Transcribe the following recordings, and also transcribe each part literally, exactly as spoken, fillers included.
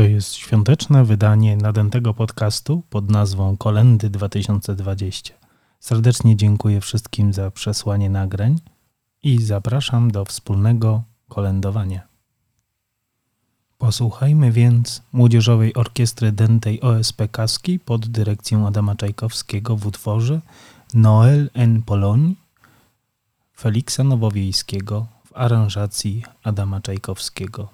To jest świąteczne wydanie nadętego podcastu pod nazwą Kolędy dwa tysiące dwadzieścia. Serdecznie dziękuję wszystkim za przesłanie nagrań i zapraszam do wspólnego kolędowania. Posłuchajmy więc Młodzieżowej Orkiestry Dętej O S P Kaski pod dyrekcją Adama Czajkowskiego w utworze Noël en Pologne Feliksa Nowowiejskiego w aranżacji Adama Czajkowskiego.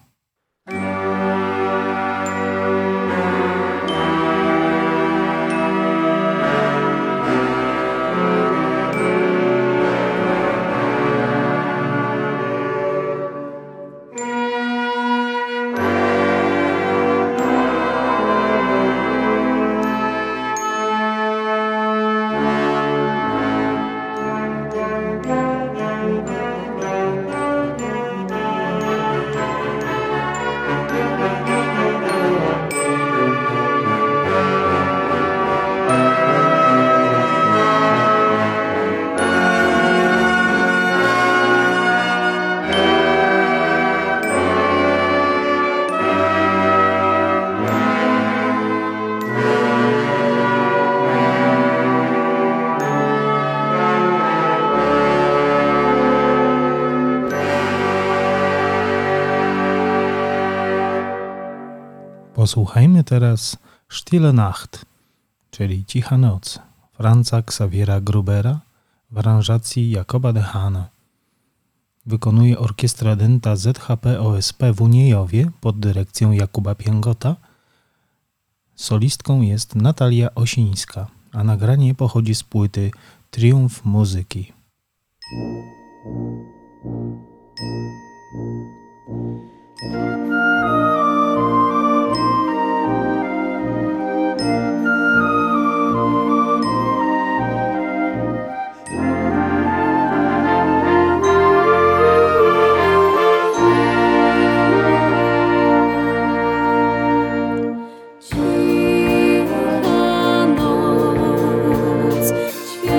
Posłuchajmy teraz Stille Nacht, czyli Cicha Noc, Franza Xaviera Grubera w aranżacji Jakoba de Hana. Wykonuje Orkiestra Dęta Z H P O S P w Uniejowie pod dyrekcją Jakuba Pięgota. Solistką jest Natalia Osińska, a nagranie pochodzi z płyty Triumf Muzyki.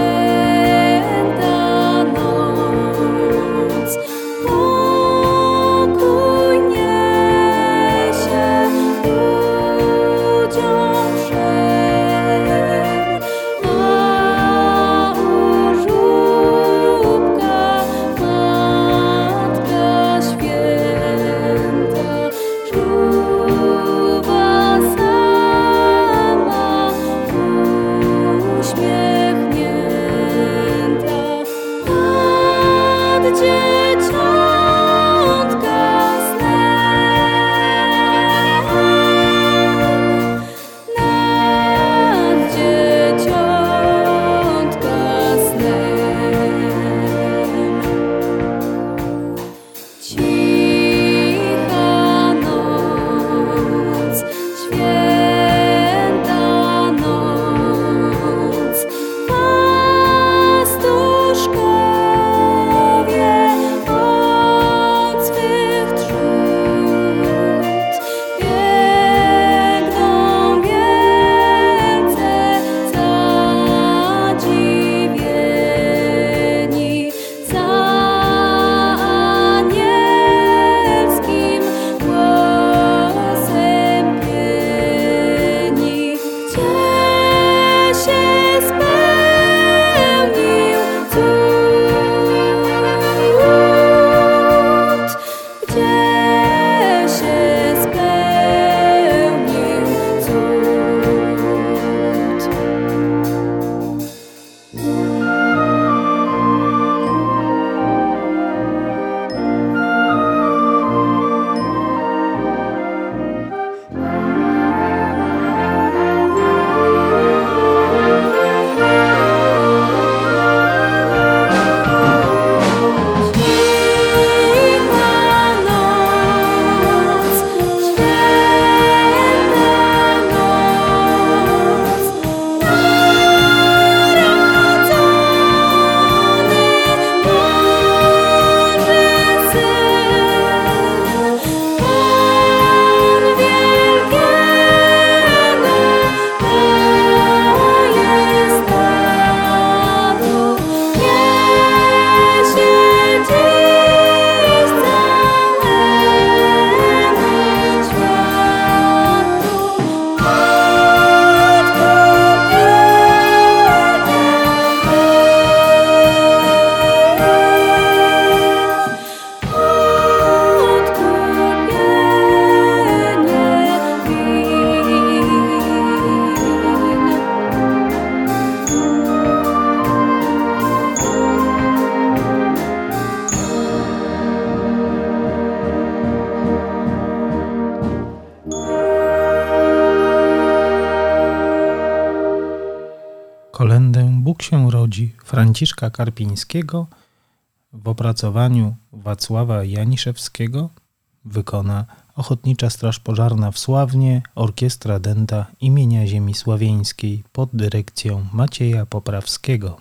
Święta noc, kolendę Bóg się rodzi Franciszka Karpińskiego w opracowaniu Wacława Janiszewskiego wykona Ochotnicza Straż Pożarna w Sławnie, Orkiestra Dęta imienia Ziemi Sławieńskiej pod dyrekcją Macieja Poprawskiego.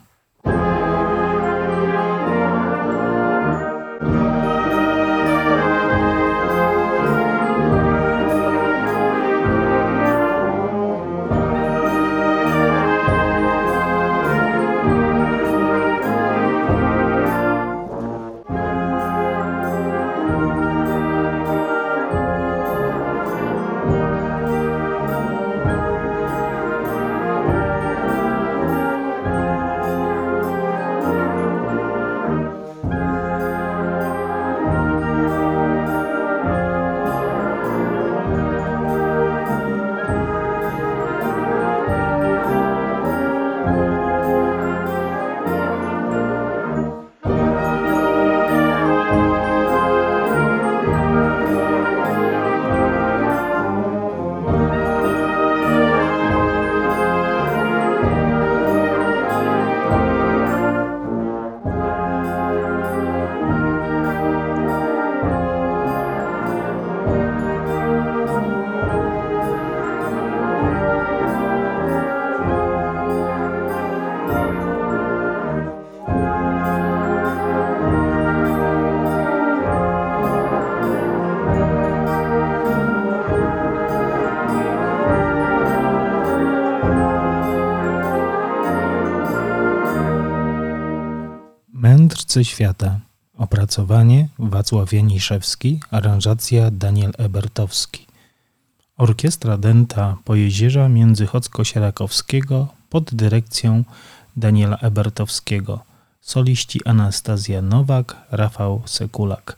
Mędrcy Świata. Opracowanie Wacław Janiszewski, aranżacja Daniel Ebertowski. Orkiestra Dęta Pojezierza Międzychodzko-Sierakowskiego pod dyrekcją Daniela Ebertowskiego. Soliści Anastazja Nowak, Rafał Sekulak.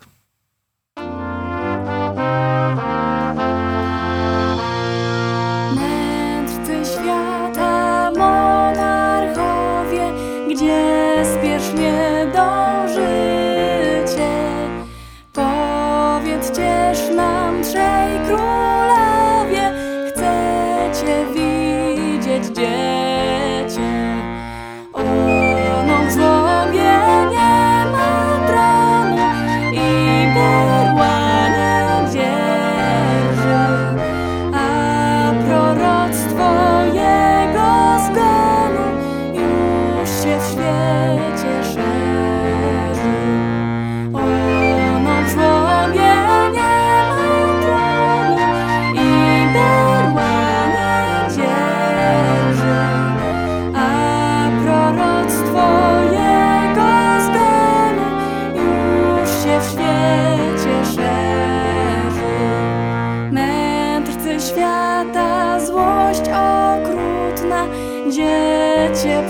Mędrcy świata, monarchowie, gdzie spiesznie dążycie? Powiedzcież nam, trzej królowie, chcecie widzieć dziecię? Ono złomie nie ma tronu i berła nie dzierży, a proroctwo jego zgonu już się w świecie szerzy. Ono w złomie nie ma tronu i berła nie dzierży, a proroctwo jego zgonu już się w świecie szerzy. Mędrcy świata, złość okrutna dziecię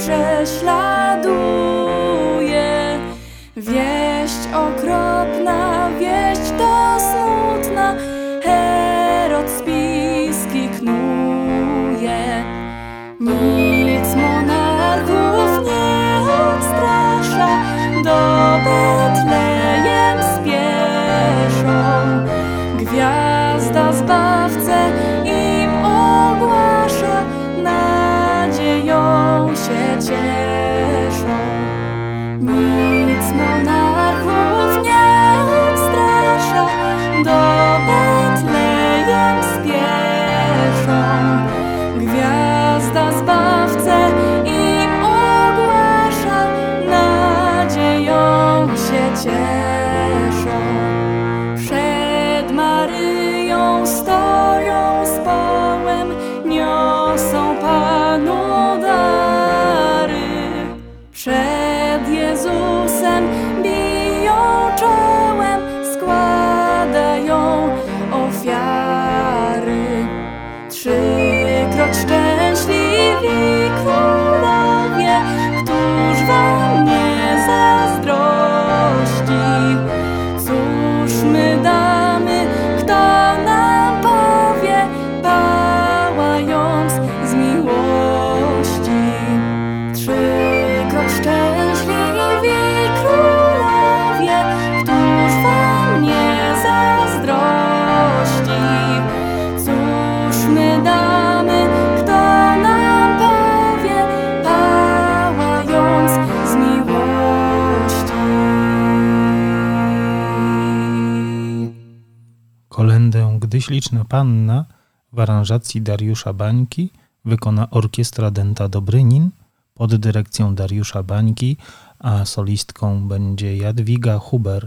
prześladuje. Wieść okropna, wieść to smutna, Herod spiski knuje. Nic monarchów nie odstrasza, do Betlejem spieszą. Gwiazda Zbawcę im ogłasza, nadzieją się cieszą. Nic monarchów nie odstrasza, do Betlejem spieszą. Gwiazda Zbawcę im ogłasza, nadzieją się cieszą. Przed Maryją stoją z połem, niosą Panu dary. Przed Jezusem biją czołem, składają ofiary. Trzykroć szczęśliwi królowie, któż wam nie zazdrości? Cóż my damy, kto nam powie, pałając z miłości? Trzykroć szczęśliwi królowie, któż wam nie zazdrości? Kolędę Gdy śliczna panna w aranżacji Dariusza Bańki wykona Orkiestra Denta Dobrynin pod dyrekcją Dariusza Bańki, a solistką będzie Jadwiga Huber.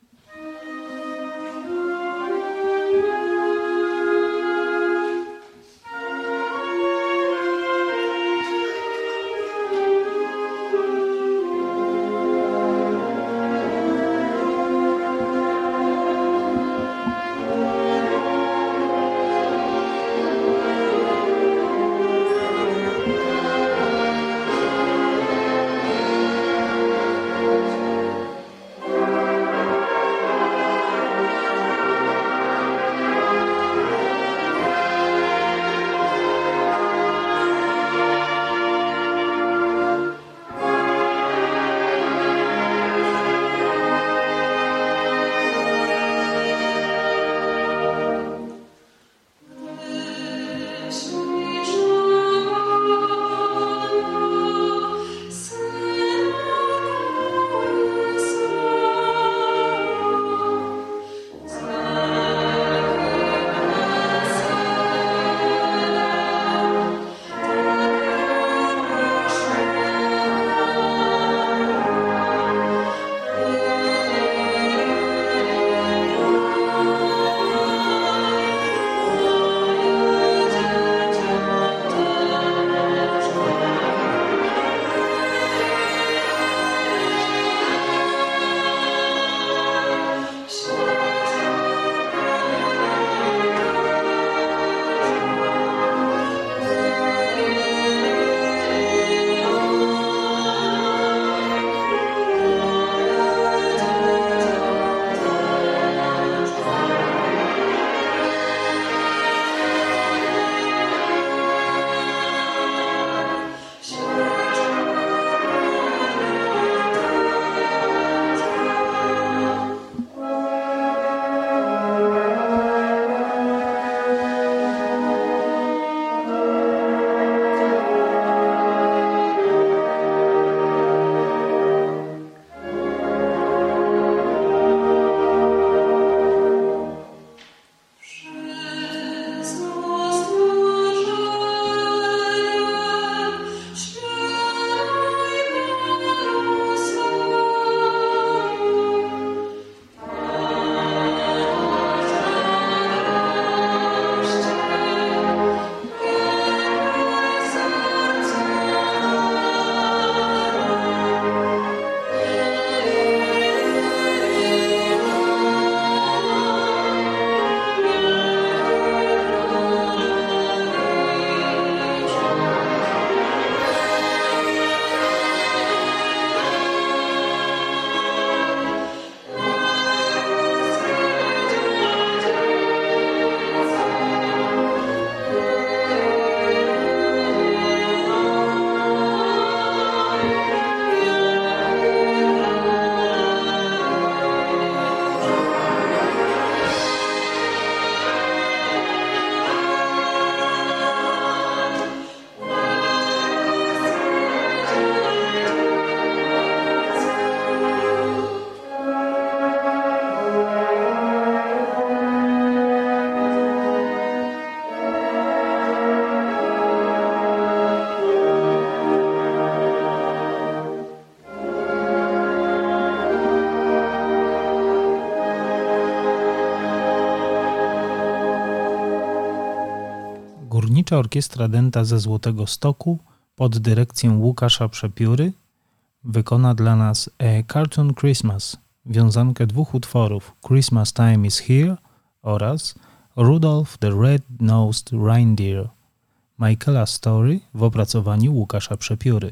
Górnicza Orkiestra Dęta ze Złotego Stoku pod dyrekcją Łukasza Przepióry wykona dla nas A Cartoon Christmas, wiązankę dwóch utworów Christmas Time is Here oraz Rudolph the Red-Nosed Reindeer Michaela Story w opracowaniu Łukasza Przepióry.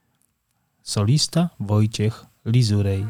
Solista Wojciech Lizurej.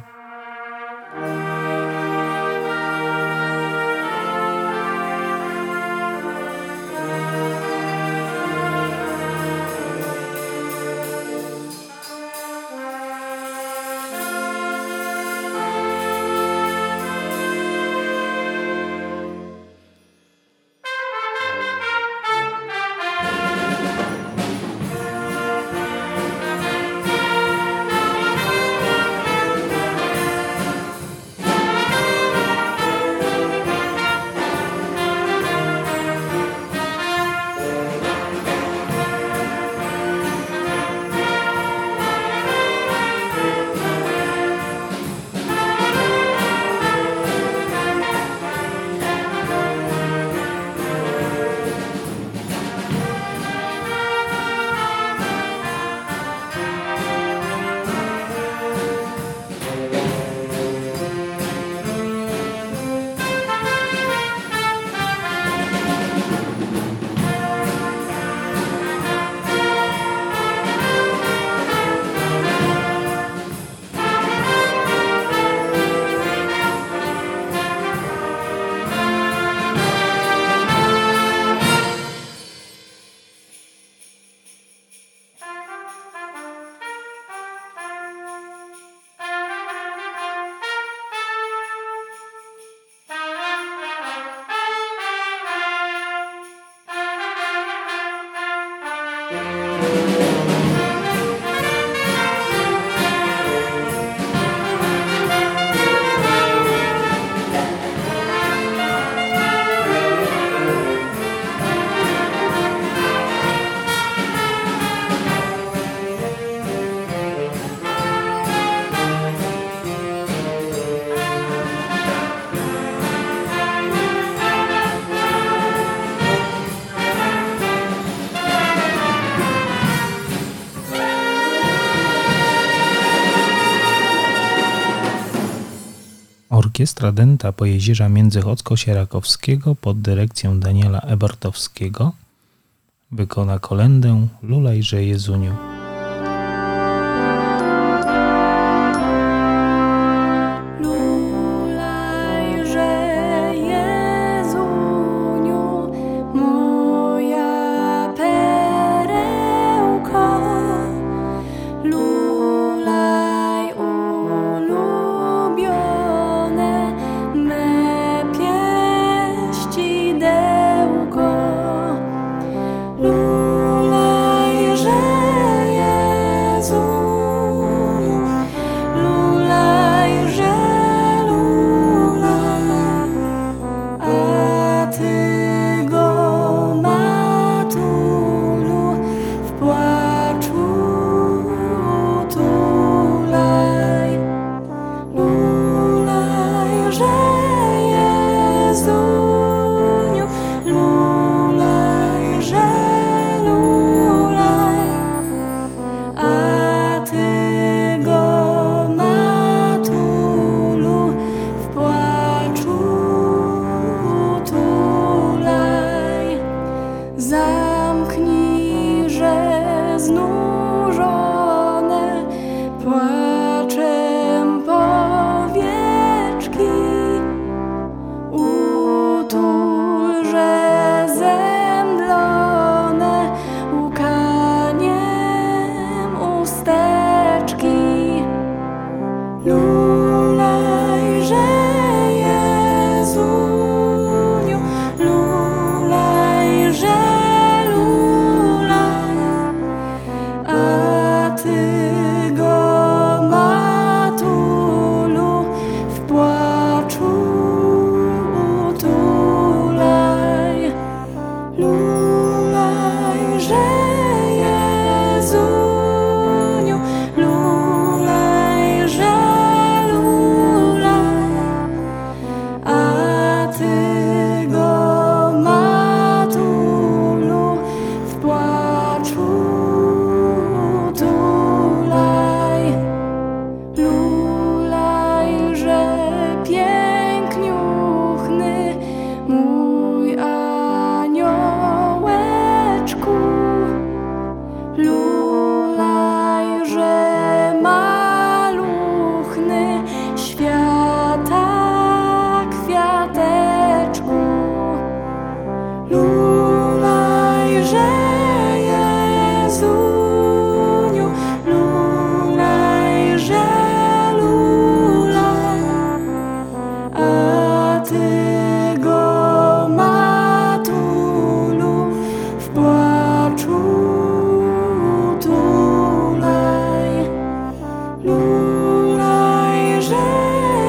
Orkiestra Dęta Pojezierza Międzychodzko-Sierakowskiego pod dyrekcją Daniela Ebertowskiego wykona kolędę Lulajże Jezuniu.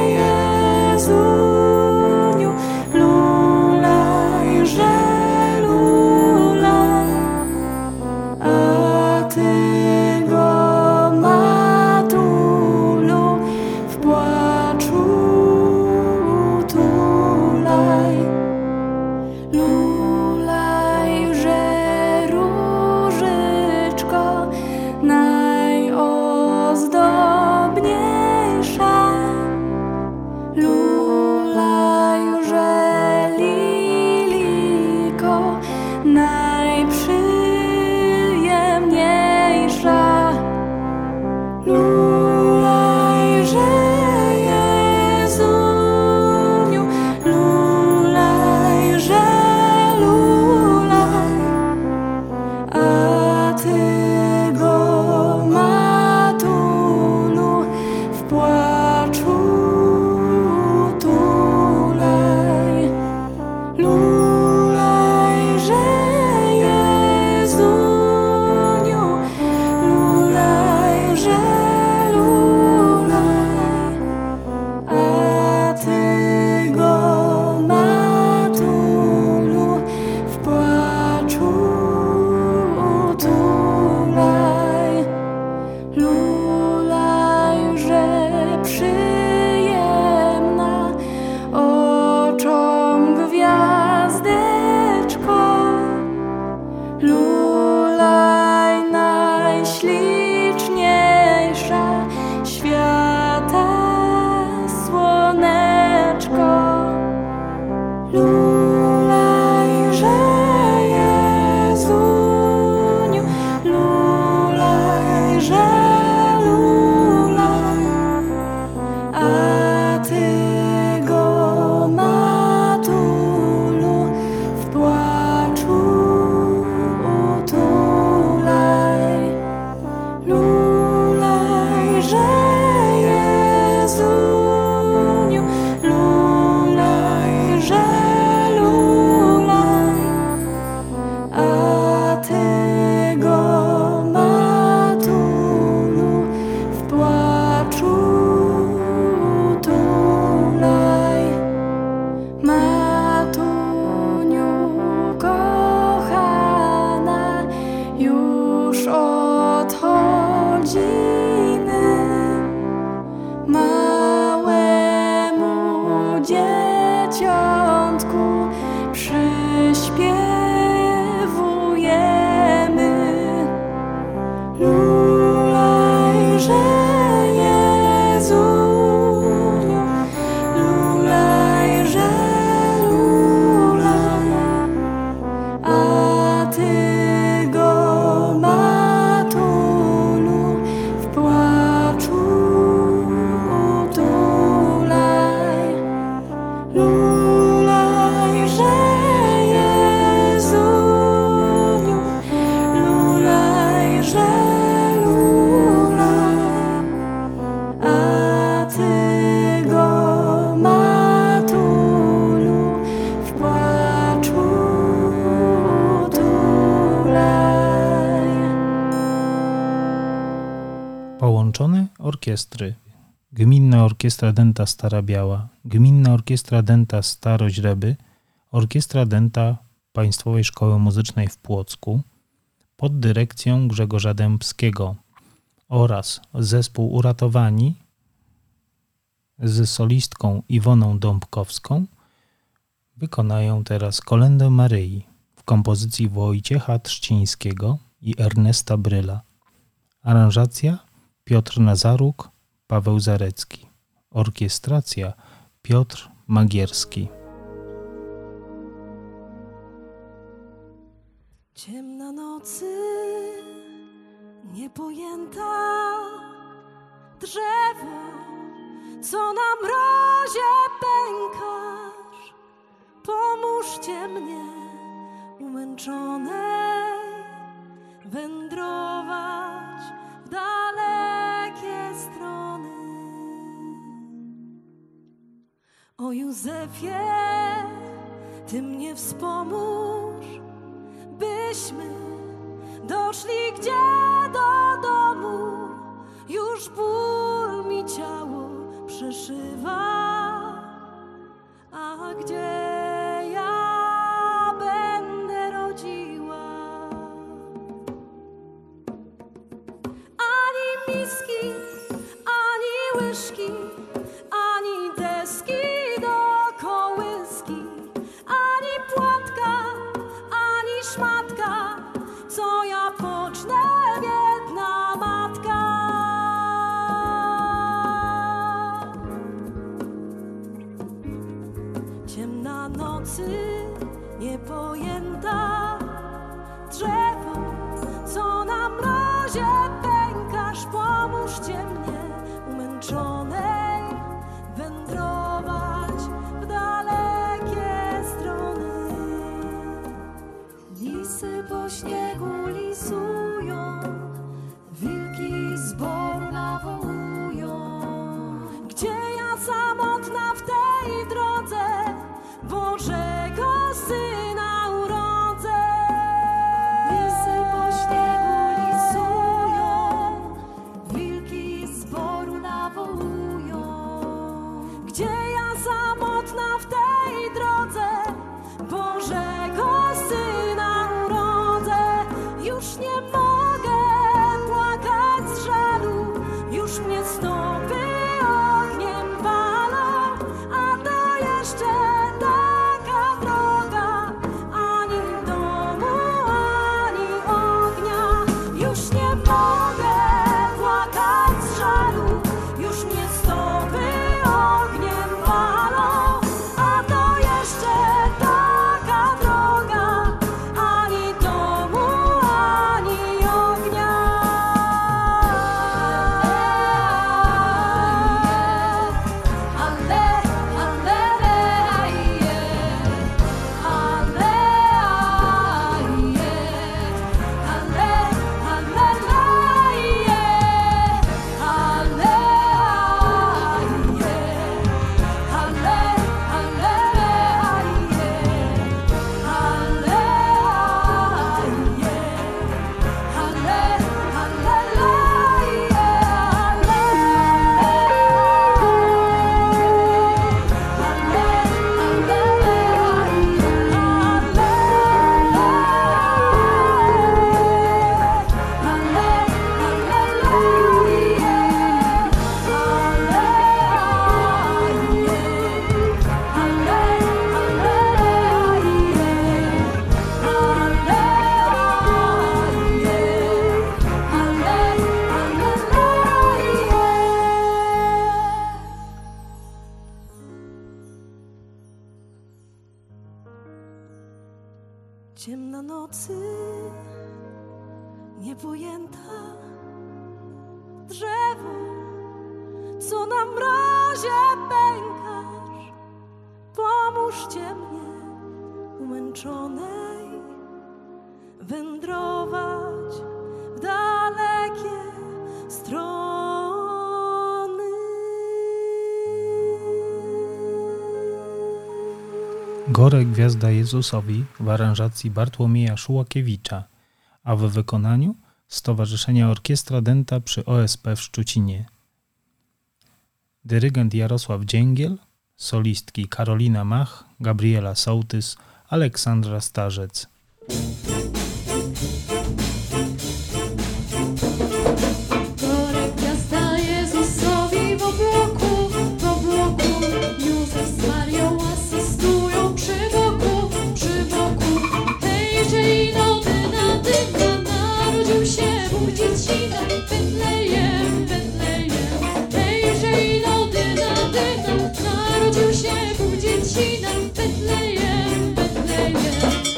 Lulajże, orkiestry. Gminna Orkiestra Dęta Stara Biała, Gminna Orkiestra Dęta Staroźreby, Orkiestra Dęta Państwowej Szkoły Muzycznej w Płocku pod dyrekcją Grzegorza Dębskiego oraz zespół Uratowani z solistką Iwoną Dąbkowską wykonają teraz Kolędę Maryi w kompozycji Wojciecha Trzcińskiego i Ernesta Bryla. Aranżacja Piotr Nazaruk, Paweł Zarecki. Orkiestracja Piotr Magierski. Ciemna nocy, niepojęta, drzewo, co na mrozie pękasz. Pomóżcie mnie, umęczonej, wędrować w dalekie strony. O Józefie, Ty mnie wspomóż, byśmy doszli gdzie do domu. Już ból mi ciało przeszywa, a gdzie ja będę rodziła? Ani miski, ani łyżki, ani deski do kołyski, ani płatka, ani szmatka, co ja pocznę, biedna matka. Ciemna nocy, niepojęta, drzewo, co na mrozie pękasz. Pomóżcie mnie, umęczonej, wędrować w dalekie strony. Lisy po śniegu lisują, wilki z boru nawołują. Gdzie ja samotna w tej drodze Bożego Syna urodzę? Lisy po śniegu lisują, wilki z boru nawołują. Gdzie ja samotna w tej drodze Bożego Syna urodzę? Już nie mogę płakać z żalu, już mnie stopy ogniem palą, a to jeszcze taka droga, ani domu, ani ognia. Już nie mogę płakać z żalu, już mnie stopy ogniem palą, a to jeszcze taka droga, ani domu, ani ognia. Ale, ale, aje, ale, aje, ale, ale, aje, ale, aje, ale, Ciemna nocy, niepojęta, drzewo, co na mrozie pękasz. Pomóżcie mnie, umęczonej, wędrować w dalekie strony. Gore Gwiazda Jezusowi w aranżacji Bartłomieja Szułakiewicza, a w wykonaniu Stowarzyszenia Orkiestra Dęta przy O S P w Szczucinie. dyrygent Jarosław Dzięgiel, solistki Karolina Mach, Gabriela Sołtys, Aleksandra Starzec. Korek gwiazda Jezusowi w obłoku, w obłoku. Józef z Marią asystują przy boku, przy boku. Hejże i nodyna, dyna, narodził się Bóg dziecina. Betlejem, Betlejem. Hejże i nodyna, dyna, narodził się Bóg dziecina. Betlejem, Betlejem.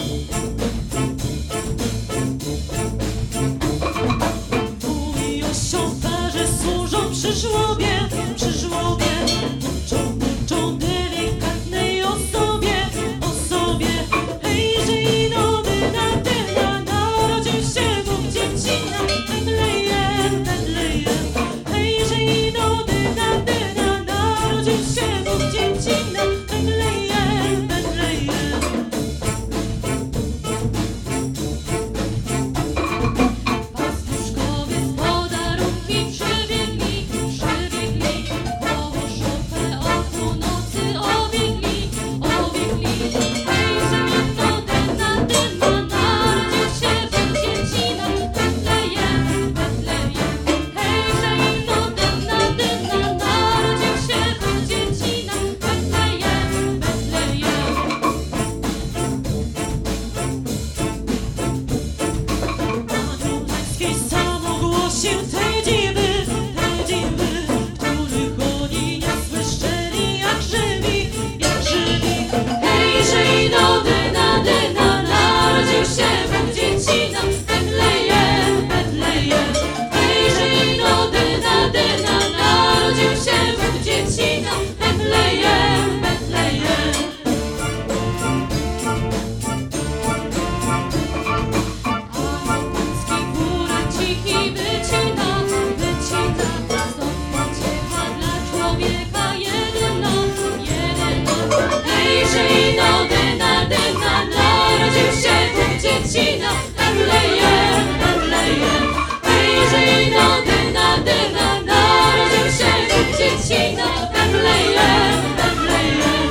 Wuj Osio parze służą przy żłobie, przy żłobie. Uczą, uczą delikatnej osobie, osobie. Hejże i nodyna, dyna, narodził się Bóg dziecina. Betlejem, Betlejem. Hejże i nodyna, dyna, narodził się Bóg dziecina. Betlejem, Betlejem. Pastuszkowie z podarunki przybiegli, przybiegli. Koło szopę o północy obiegli, obiegli. Hejże i nodyna, dyna, narodził się Bóg dziecina. Betlejem, Betlejem. Hejże i nodyna, dyna, narodził się Bóg dziecina. Betlejem, Betlejem. Królewskiej sam ogłosił tej dziwy, tej dziwy, których oni nie słyszeli jak żywi, jak żywi. Hejże i nodyna, dyna, narodził się Bóg dziecina. Betlejem, Betlejem. Hejże i nodyna, dyna, narodził się Bóg dziecina. Betlejem, Betlejem. Anioł pański górę cichy wycina, wycina. Znów pociecha dla człowieka jedyna, jedyna. Hejże i nodyna, dyna, narodził się Bóg dziecina. Betlejem, Betlejem. Hejże i nodyna, dyna, narodził się Bóg dziecina. Betlejem, Betlejem.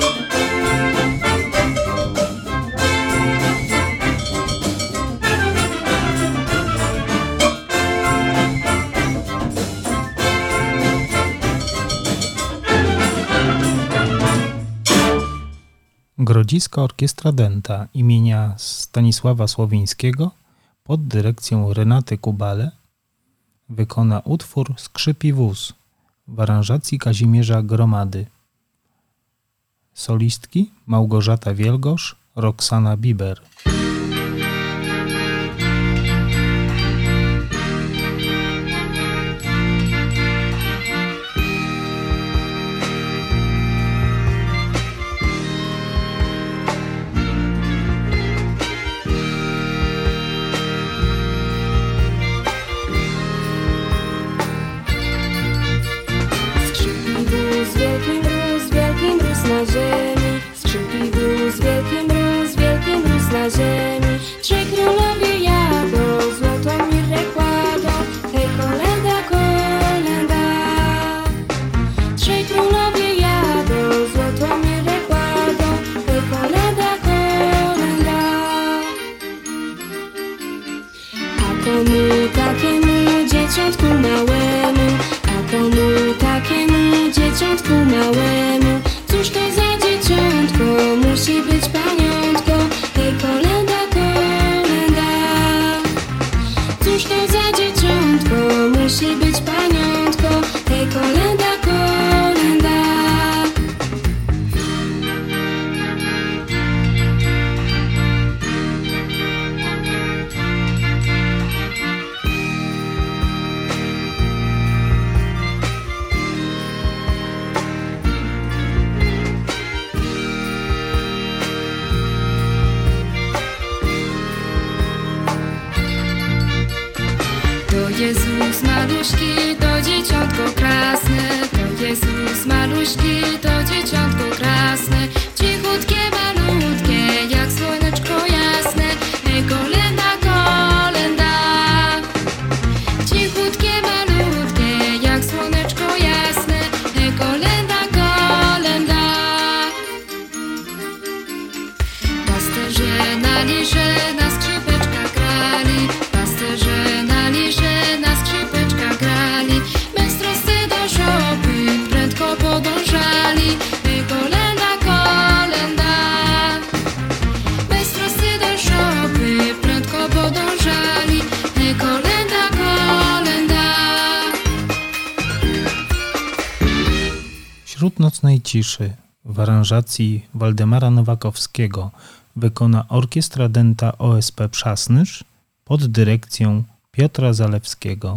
Grodziska Orkiestra Dęta imienia Stanisława Słowińskiego pod dyrekcją Renaty Kubale wykona utwór Skrzypi wóz w aranżacji Kazimierza Gromady. Solistki Małgorzata Wielgosz, Roxana Biber. Skrzypi wóz, wielki mróz, wielki mróz na ziemi. Skrzypi wóz, wielki mróz, wielki mróz na ziemi. Trzej królowie jadą, złotą mirrę kładą. Hej, kolenda, kolenda. Trzej królowie jadą, złotą mirrę kładą. Hej, kolenda, kolenda. A komu takiemu dzieciątku małemu? A komu takiemu dzieciątku małemu? Cóż to za dzieciątko? Musi być paniątko. Hej, kolenda, kolenda. Cóż to za dzieciątko? Musi być paniątko. Hej, kolenda, kolenda. To Jezus maluśki, to dzieciątko krasne. To Jezus maluśki, to dzieciątko krasne. Cichutkie, malutkie, jak słoneczko jasne. Hej, kolenda, kolenda. Cichutkie, malutkie, jak słoneczko jasne. Hej, kolenda. liże na skrzypeczkach grali, pasterze na liże na skrzypeczkach grali. Bez trosy do żoby prędko podążali. Hej, kolenda, kolenda. Bez trosy do żoby prędko podążali. Hej, kolenda, kolenda. Wśród nocnej ciszy w aranżacji Waldemara Nowakowskiego wykona Orkiestra Dęta O S P Przasnysz pod dyrekcją Piotra Zalewskiego.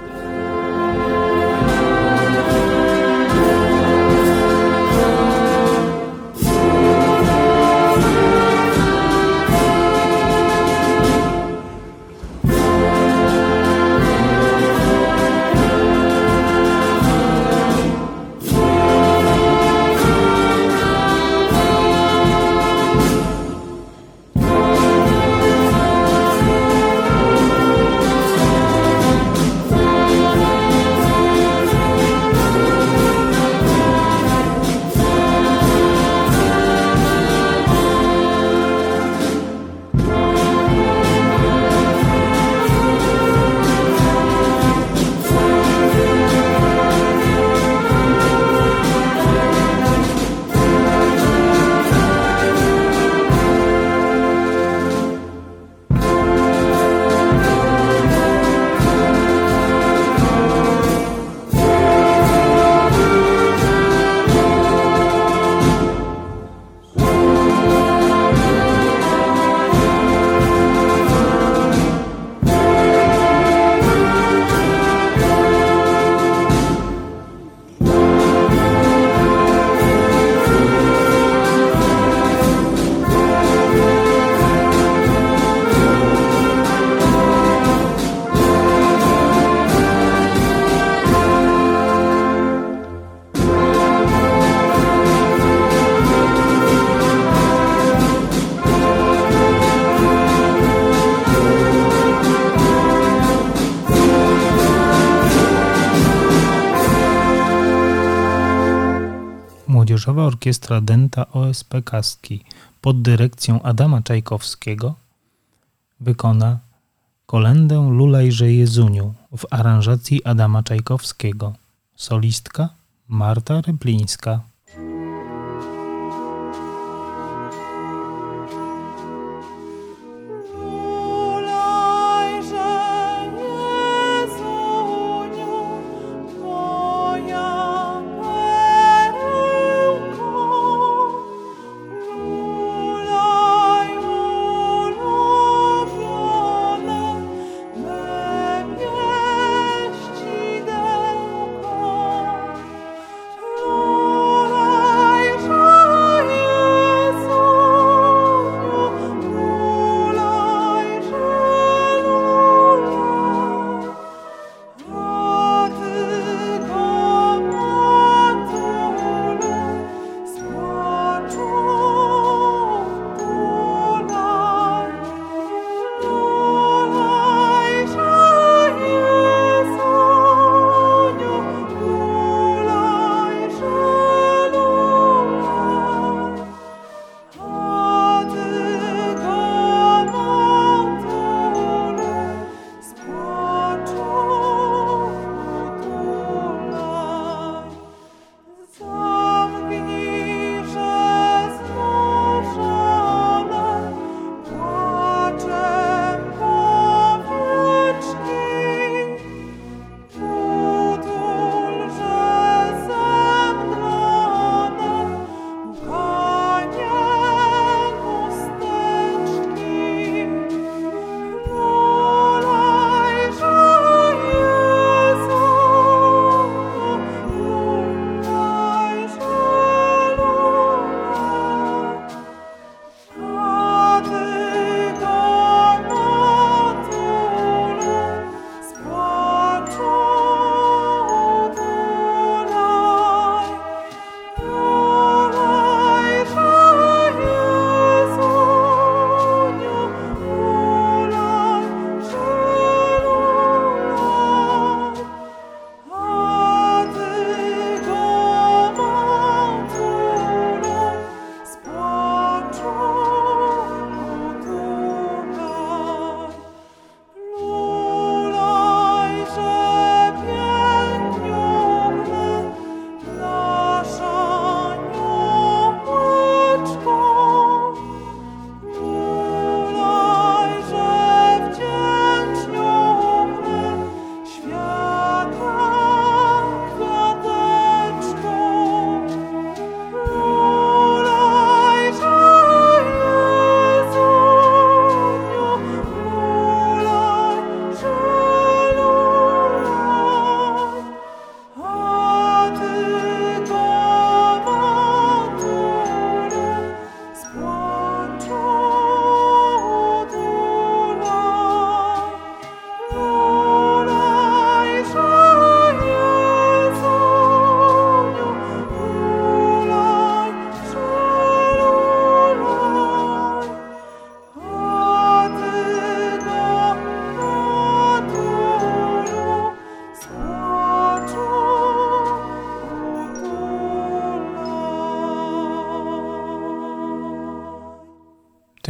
Młodzieżowa Orkiestra Dęta O S P Kastki pod dyrekcją Adama Czajkowskiego wykona Kolendę Lulajże Jezuniu w aranżacji Adama Czajkowskiego. Solistka Marta Ryplińska. Lulaj,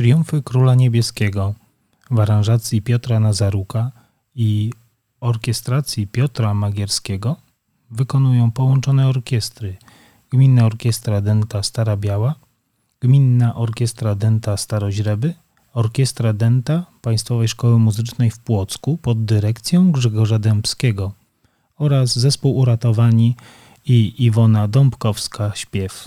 Triumfy Króla Niebieskiego w aranżacji Piotra Nazaruka i orkiestracji Piotra Magierskiego wykonują połączone orkiestry Gminna Orkiestra Dęta Stara Biała, Gminna Orkiestra Dęta Staroźreby, Orkiestra Dęta Państwowej Szkoły Muzycznej w Płocku pod dyrekcją Grzegorza Dębskiego oraz Zespół Uratowani i Iwona Dąbkowska śpiew.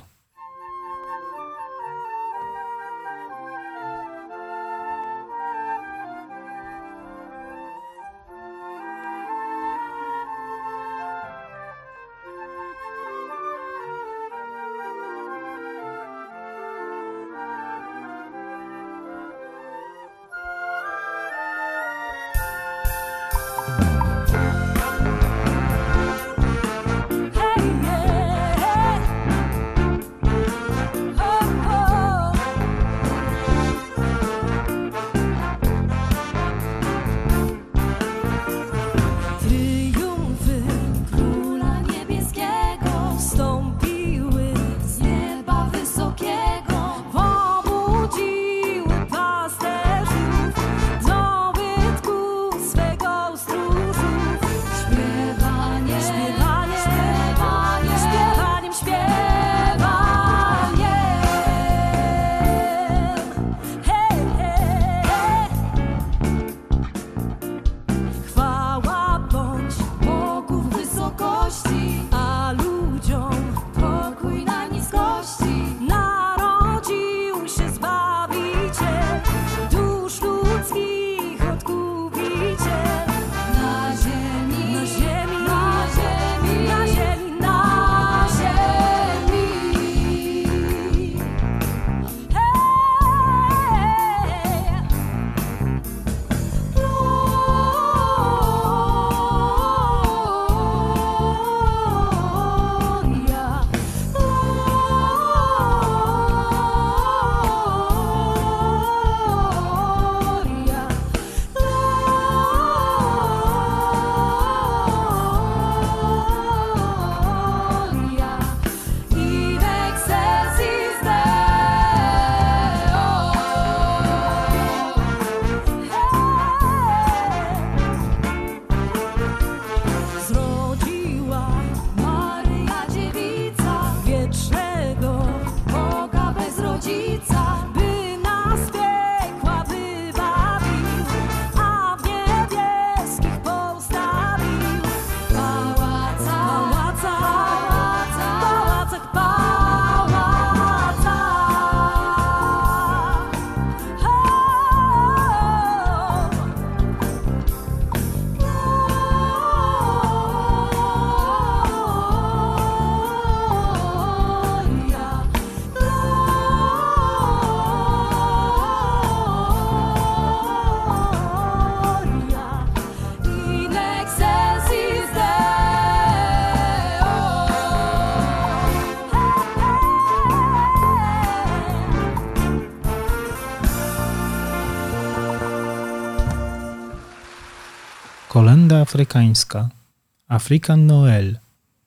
Kolenda afrykańska African Noel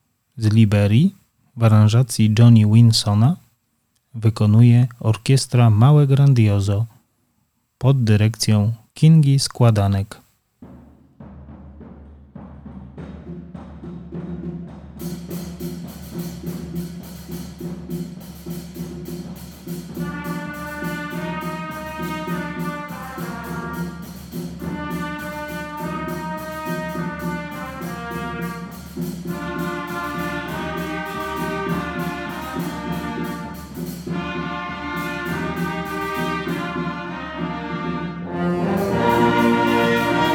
z Liberii w aranżacji Johnny Winsona wykonuje orkiestra Małe Grandiozo pod dyrekcją Kingi Składanek. Thank you.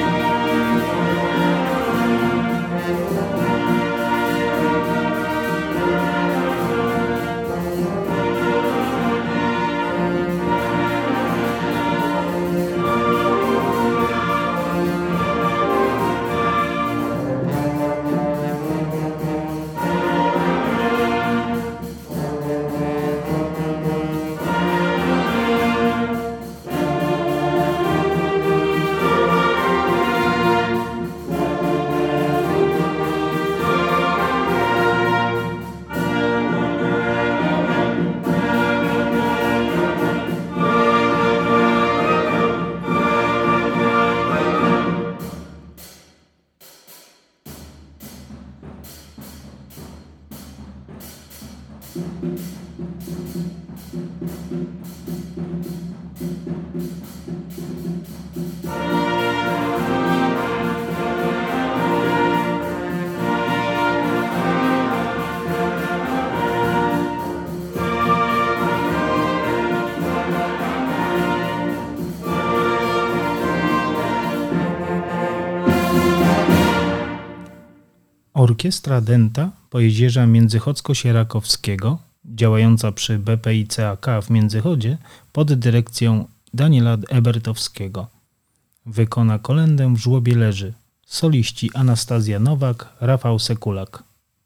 Orkiestra Dęta Pojezierza Międzychodzko-Sierakowskiego, działająca przy B P I C A K w Międzychodzie pod dyrekcją Daniela Ebertowskiego. Wykona kolędę w żłobie leży. Soliści Anastazja Nowak, Rafał Sekulak.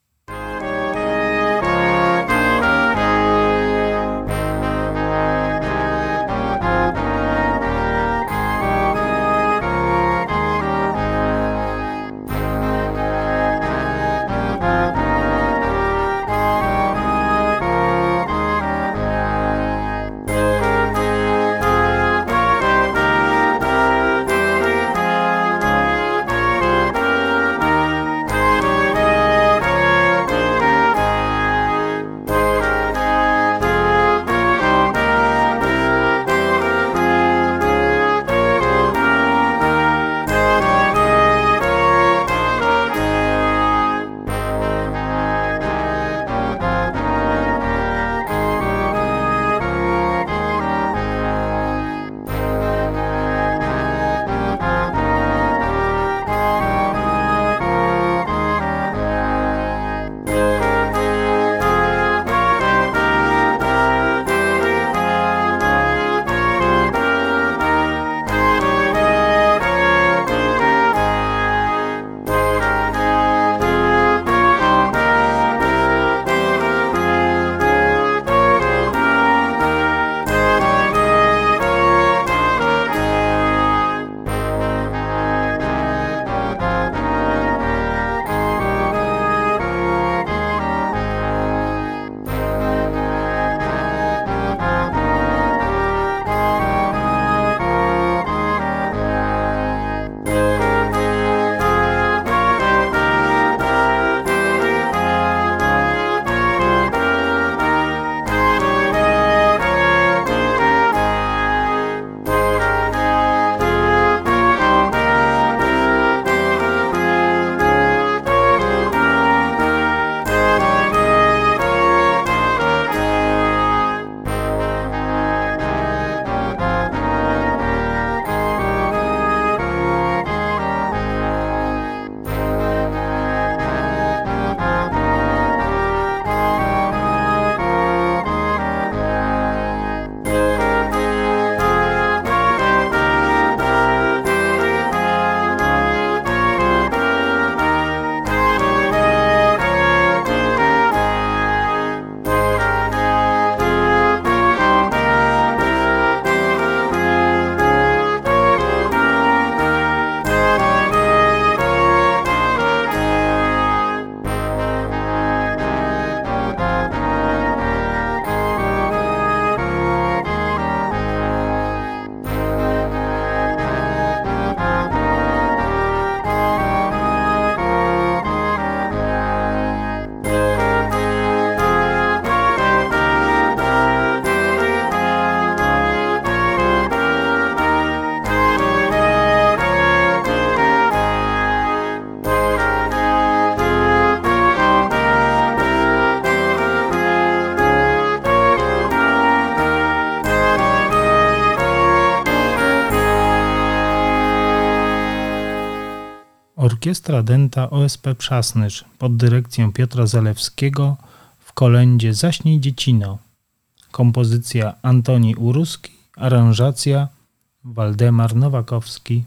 Orkiestra Dęta O S P Przasnysz pod dyrekcją Piotra Zalewskiego w kolędzie Zaśnij dziecino. Kompozycja Antoni Uruski, aranżacja Waldemar Nowakowski.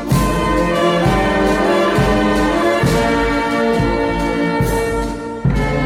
Thank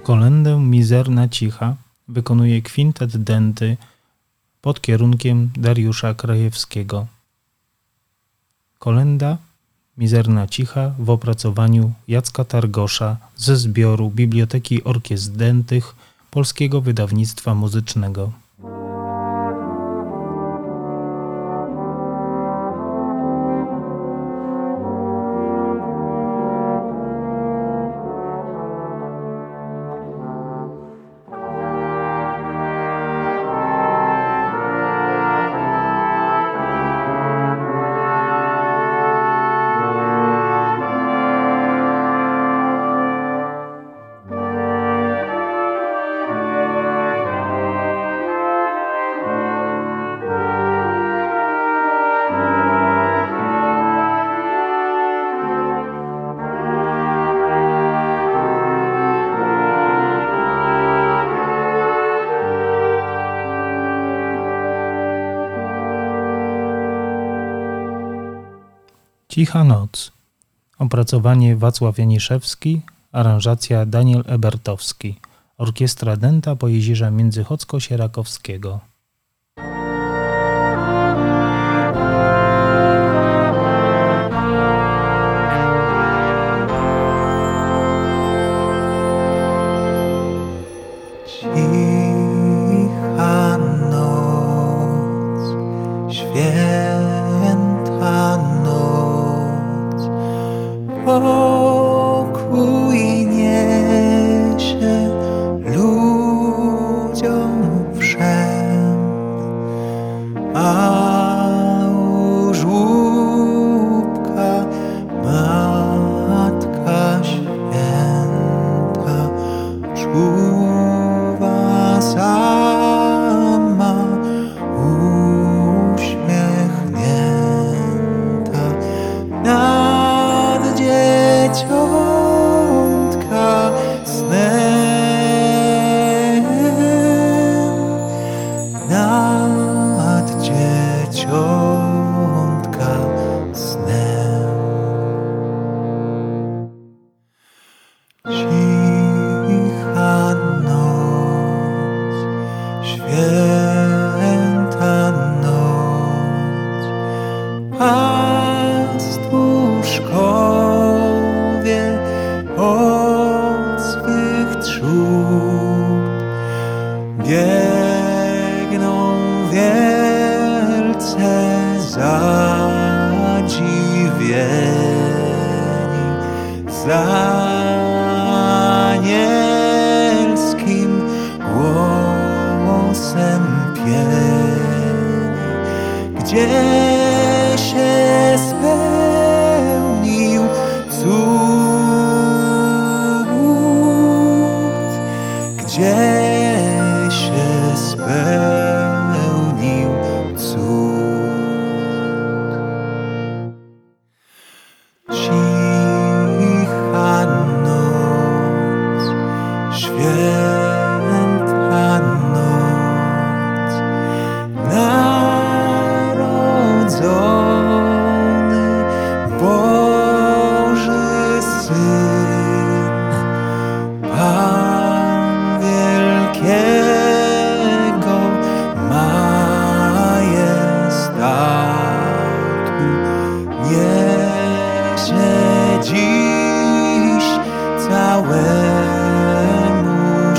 Kolędę Mizerna Cicha wykonuje kwintet Denty pod kierunkiem Dariusza Krajewskiego. Kolęda Mizerna Cicha w opracowaniu Jacka Targosza ze zbioru Biblioteki Orkiestr Dętych Polskiego Wydawnictwa Muzycznego. Cicha noc. Opracowanie Wacław Janiszewski, aranżacja Daniel Ebertowski. Orkiestra Dęta Pojezierza Międzychodzko-Sierakowskiego. Cicha noc, święta noc, pokój niesie ludziom wszem, a u żłóbka Matka Święta czuwa sama, uśmiechnięta nad dzieciątka snem, nad dzieciątka snem. Cicha noc, święta noc, pastuszkowie od swych trzód biegną wielce zadziwieni za anielskim głosem pieni, gdzie się spełnił cud, gdzie się spełnił cud. Cicha noc, święta noc, narodzony Boży Syn, Pan wielkiego majestatu, niesie dziś całemu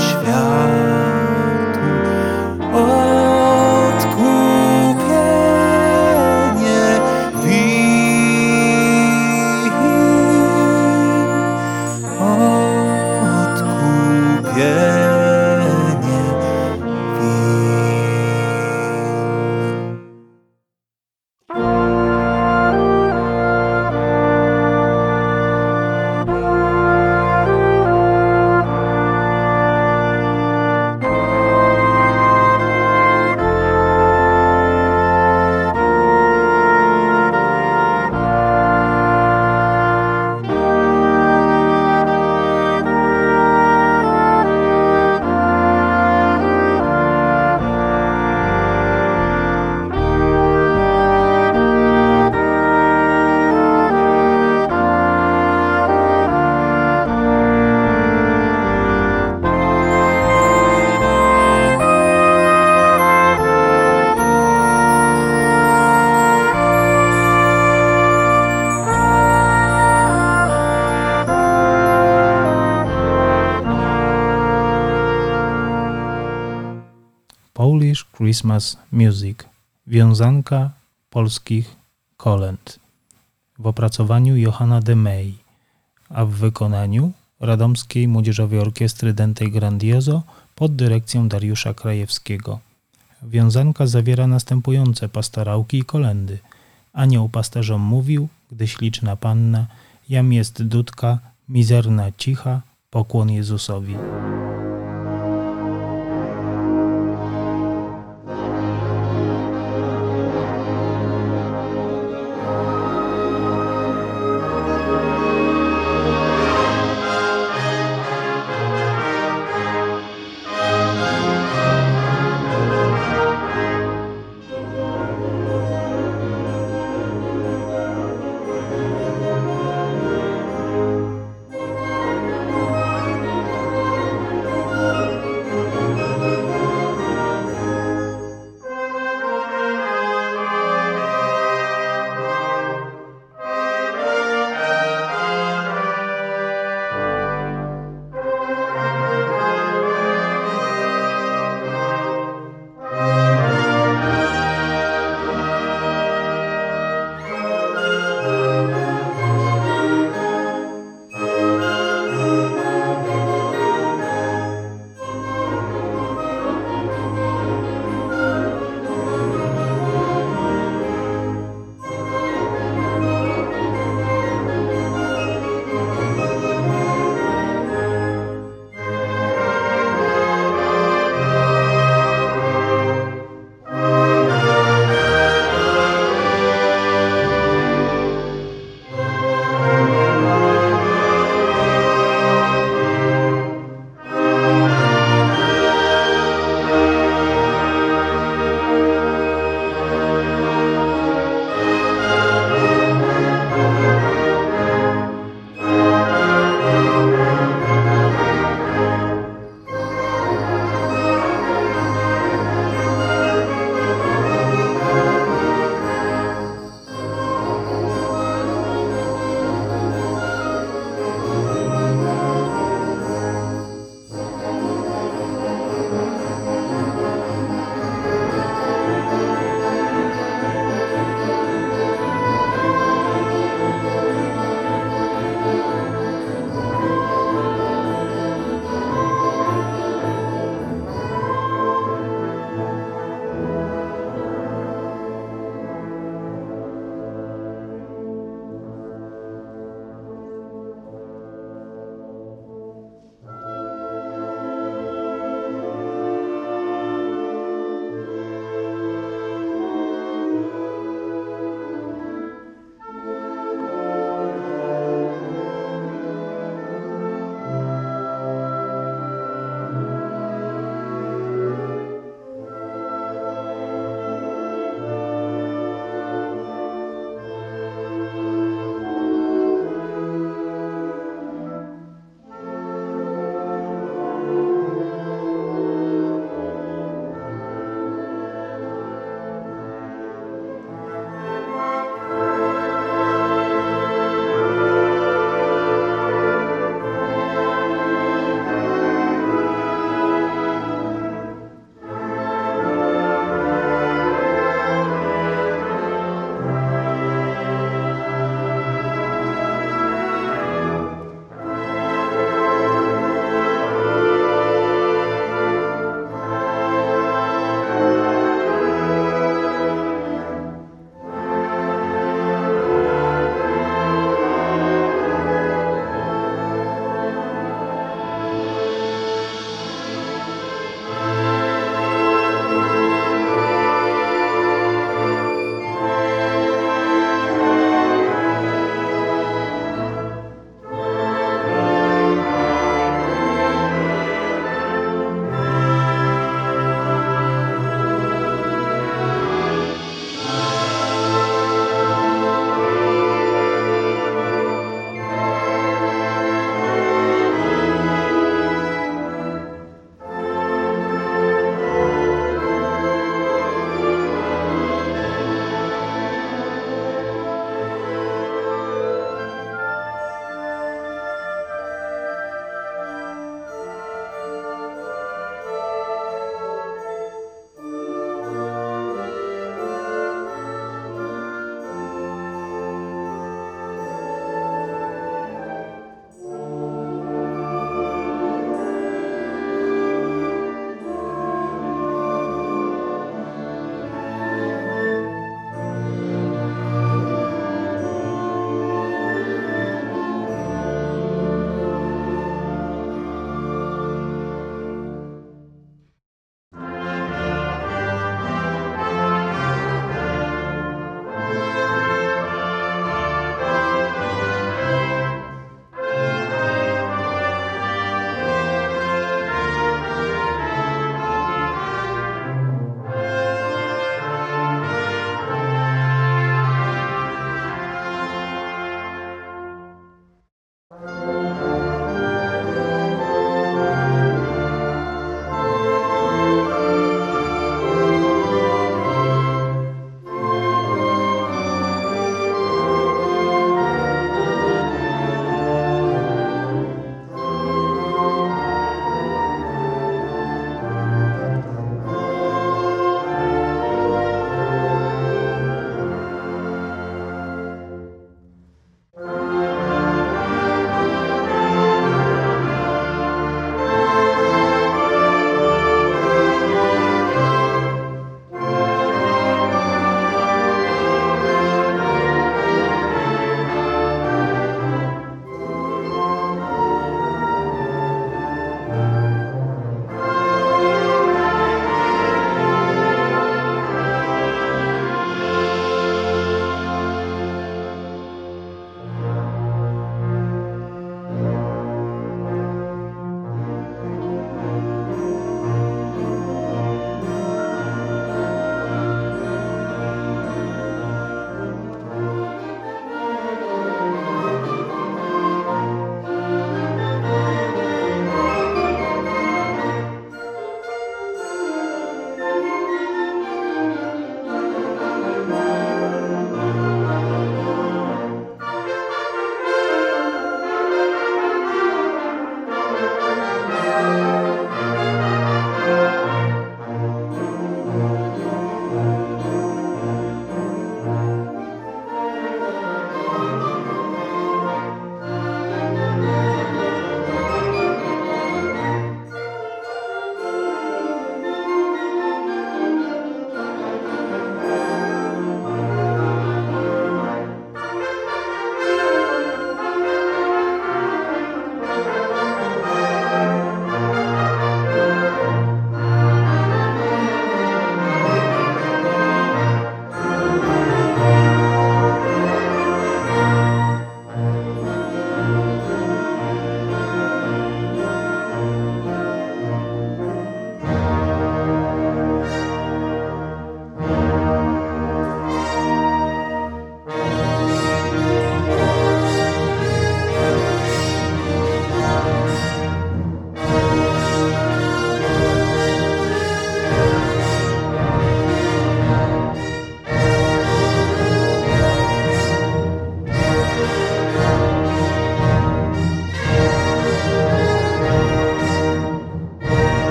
Polish Christmas Music, wiązanka polskich kolęd, w opracowaniu Johanna de May, a w wykonaniu Radomskiej Młodzieżowej Orkiestry Dente Grandioso pod dyrekcją Dariusza Krajewskiego. Wiązanka zawiera następujące pastorałki i kolędy. Anioł pasterzom mówił, gdy śliczna panna, jam jest dudka, mizerna cicha, pokłon Jezusowi.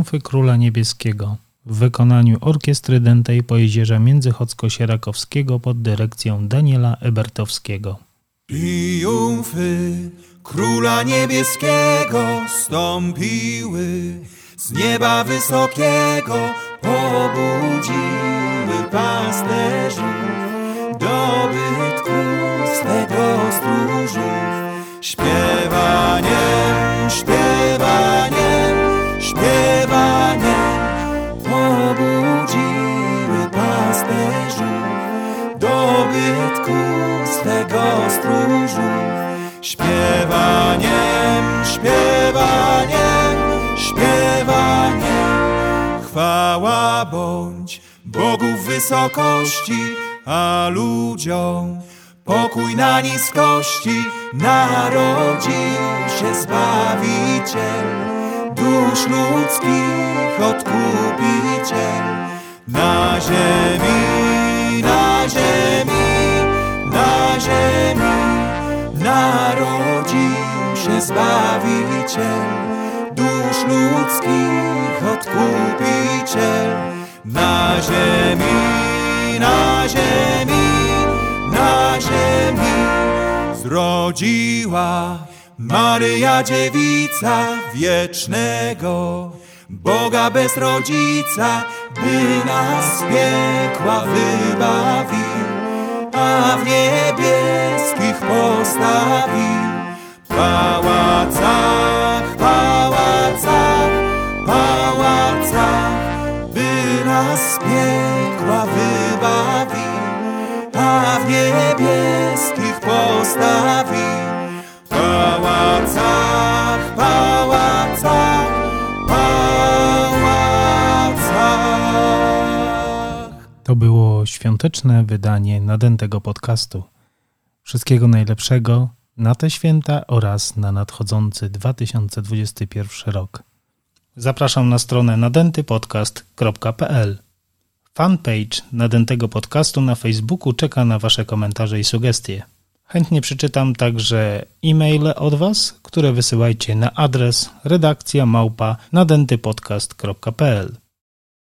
Triumfy Króla Niebieskiego w wykonaniu Orkiestry Dętej Pojezierza Międzychodzko-Sierakowskiego pod dyrekcją Daniela Ebertowskiego. Triumfy Króla Niebieskiego stąpiły, z nieba wysokiego pobudziły pasterzów, dobytku swego stróżów. Śpiewaniem, śpiewaniem, śpiewaniem pobudziły pasterzów, dobytku swego stróżów. Śpiewaniem, śpiewaniem, śpiewaniem. Chwała bądź Bogu w wysokości, a ludziom pokój na niskości. Narodził się Zbawiciel, dusz ludzkich Odkupiciel. Na ziemi, na ziemi, na ziemi narodził się Zbawiciel, dusz ludzkich Odkupiciel. Na ziemi, na ziemi, na ziemi zrodziła Maryja Dziewica wiecznego Boga bez rodzica, by nas z piekła wybawił, a w niebieskich postawił. W pałacach, pałacach, pałacach, by nas z piekła wybawił, a w niebieskich postawił. W pałacach, pałacach, pałacach. To było świąteczne wydanie nadętego podcastu. Wszystkiego najlepszego na te święta oraz na nadchodzący dwa tysiące dwudziesty pierwszy rok. Zapraszam na stronę nadętypodcast kropka p l. Fanpage Nadętego Podcastu na Facebooku czeka na Wasze komentarze i sugestie. Chętnie przeczytam także e-maile od Was, które wysyłajcie na adres redakcja małpa nadętypodcast kropka p l.